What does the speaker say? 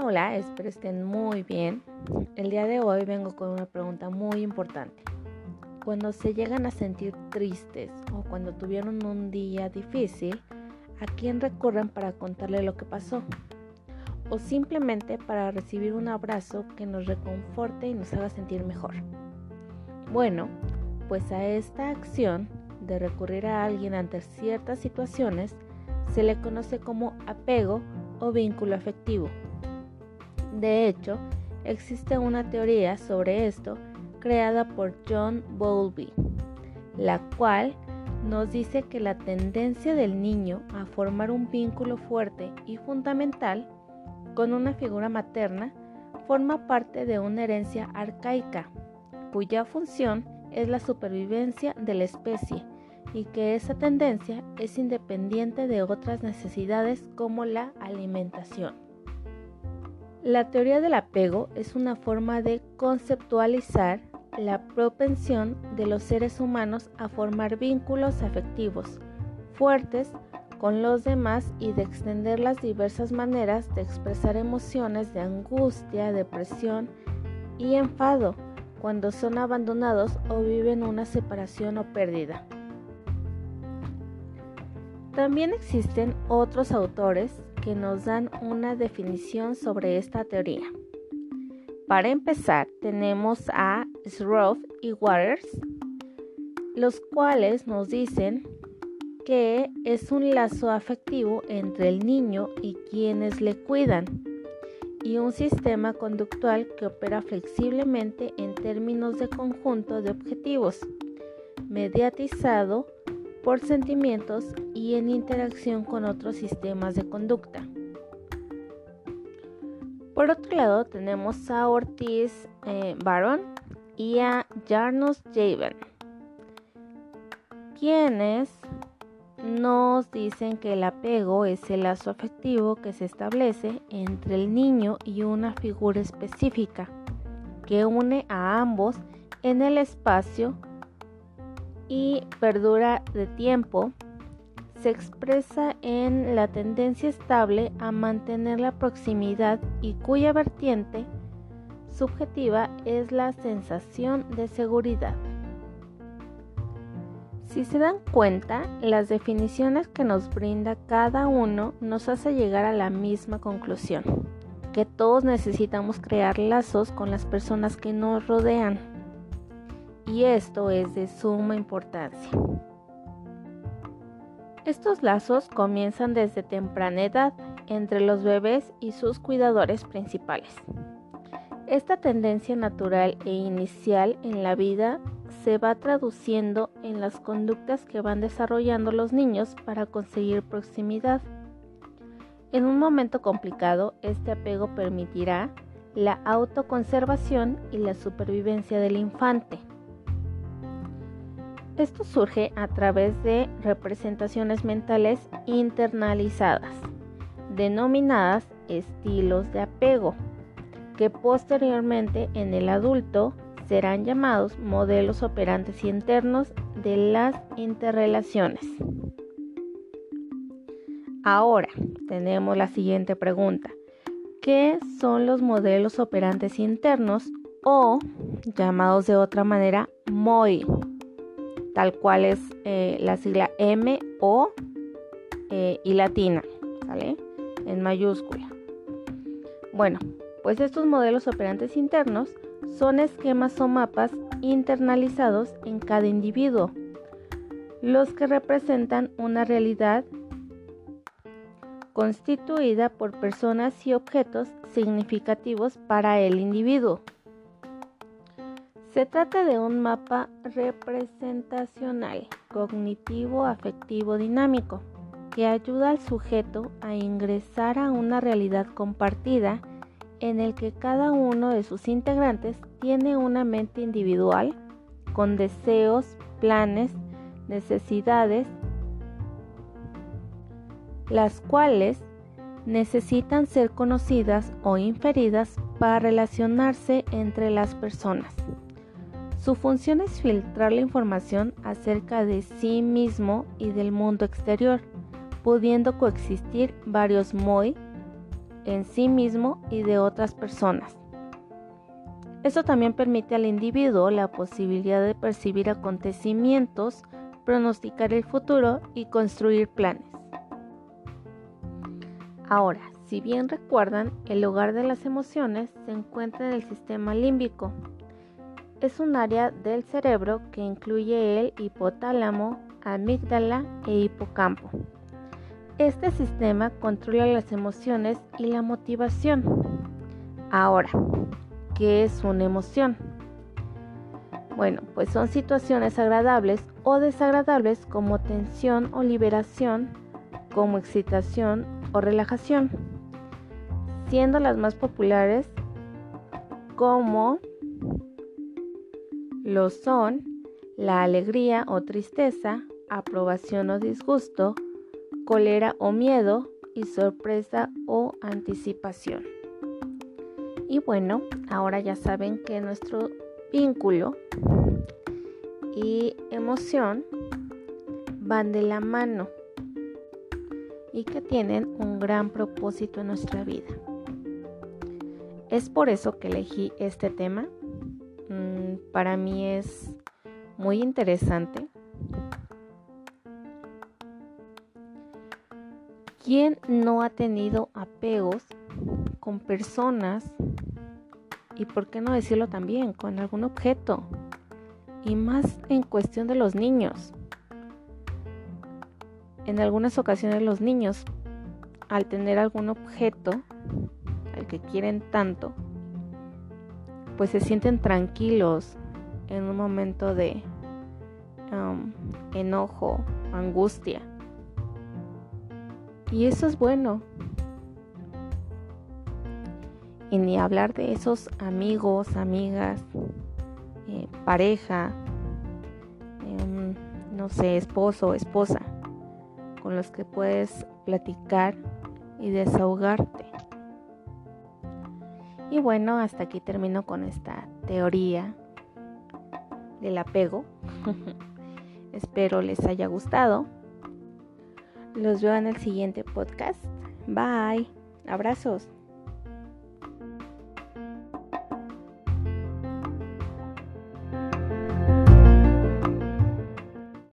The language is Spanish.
Hola, espero estén muy bien. El día de hoy vengo con una pregunta muy importante. Cuando se llegan a sentir tristes o cuando tuvieron un día difícil, ¿a quién recurren para contarle lo que pasó? O simplemente para recibir un abrazo que nos reconforte y nos haga sentir mejor. Bueno, pues a esta acción de recurrir a alguien ante ciertas situaciones se le conoce como apego o vínculo afectivo. De hecho, existe una teoría sobre esto creada por John Bowlby, la cual nos dice que la tendencia del niño a formar un vínculo fuerte y fundamental con una figura materna forma parte de una herencia arcaica, cuya función es la supervivencia de la especie y que esa tendencia es independiente de otras necesidades como la alimentación. La teoría del apego es una forma de conceptualizar la propensión de los seres humanos a formar vínculos afectivos fuertes con los demás y de extender las diversas maneras de expresar emociones de angustia, depresión y enfado cuando son abandonados o viven una separación o pérdida. También existen otros autores que nos dan una definición sobre esta teoría. Para empezar, tenemos a Schroff y Waters, los cuales nos dicen que es un lazo afectivo entre el niño y quienes le cuidan, y un sistema conductual que opera flexiblemente en términos de conjunto de objetivos, mediatizado por sentimientos y en interacción con otros sistemas de conducta. Por otro lado, tenemos a Ortiz Baron y a Janos Javen, quienes nos dicen que el apego es el lazo afectivo que se establece entre el niño y una figura específica que une a ambos en el espacio y perdura de tiempo. Se expresa en la tendencia estable a mantener la proximidad y cuya vertiente subjetiva es la sensación de seguridad. Si se dan cuenta, las definiciones que nos brinda cada uno nos hace llegar a la misma conclusión, que todos necesitamos crear lazos con las personas que nos rodean, y esto es de suma importancia. Estos lazos comienzan desde temprana edad entre los bebés y sus cuidadores principales. Esta tendencia natural e inicial en la vida se va traduciendo en las conductas que van desarrollando los niños para conseguir proximidad. En un momento complicado, este apego permitirá la autoconservación y la supervivencia del infante. Esto surge a través de representaciones mentales internalizadas, denominadas estilos de apego, que posteriormente en el adulto serán llamados modelos operantes internos de las interrelaciones. Ahora tenemos la siguiente pregunta. ¿Qué son los modelos operantes internos o, llamados de otra manera, MOI? Tal cual es la sigla M, O y latina, ¿sale? En mayúscula. Bueno, pues estos modelos operantes internos son esquemas o mapas internalizados en cada individuo, los que representan una realidad constituida por personas y objetos significativos para el individuo. Se trata de un mapa representacional, cognitivo, afectivo, dinámico, que ayuda al sujeto a ingresar a una realidad compartida en el que cada uno de sus integrantes tiene una mente individual con deseos, planes, necesidades, las cuales necesitan ser conocidas o inferidas para relacionarse entre las personas. Su función es filtrar la información acerca de sí mismo y del mundo exterior, pudiendo coexistir varios MOI en sí mismo y de otras personas. Esto también permite al individuo la posibilidad de percibir acontecimientos, pronosticar el futuro y construir planes. Ahora, si bien recuerdan, el lugar de las emociones se encuentra en el sistema límbico. Es un área del cerebro que incluye el hipotálamo, amígdala e hipocampo. Este sistema controla las emociones y la motivación. Ahora, ¿qué es una emoción? Bueno, pues son situaciones agradables o desagradables como tensión o liberación, como excitación o relajación, siendo las más populares como lo son la alegría o tristeza, aprobación o disgusto, cólera o miedo y sorpresa o anticipación. Y bueno, ahora ya saben que nuestro vínculo y emoción van de la mano y que tienen un gran propósito en nuestra vida. Es por eso que elegí este tema. Para mí es muy interesante. ¿Quién no ha tenido apegos con personas y, por qué no decirlo también, con algún objeto? Y más en cuestión de los niños. En algunas ocasiones los niños, al tener algún objeto al que quieren tanto, pues se sienten tranquilos en un momento de enojo, angustia. Y eso es bueno. Y ni hablar de esos amigos, amigas, pareja, no sé, esposo o esposa, con los que puedes platicar y desahogarte. Y bueno, hasta aquí termino con esta teoría del apego. Espero les haya gustado. Los veo en el siguiente podcast. Bye. Abrazos.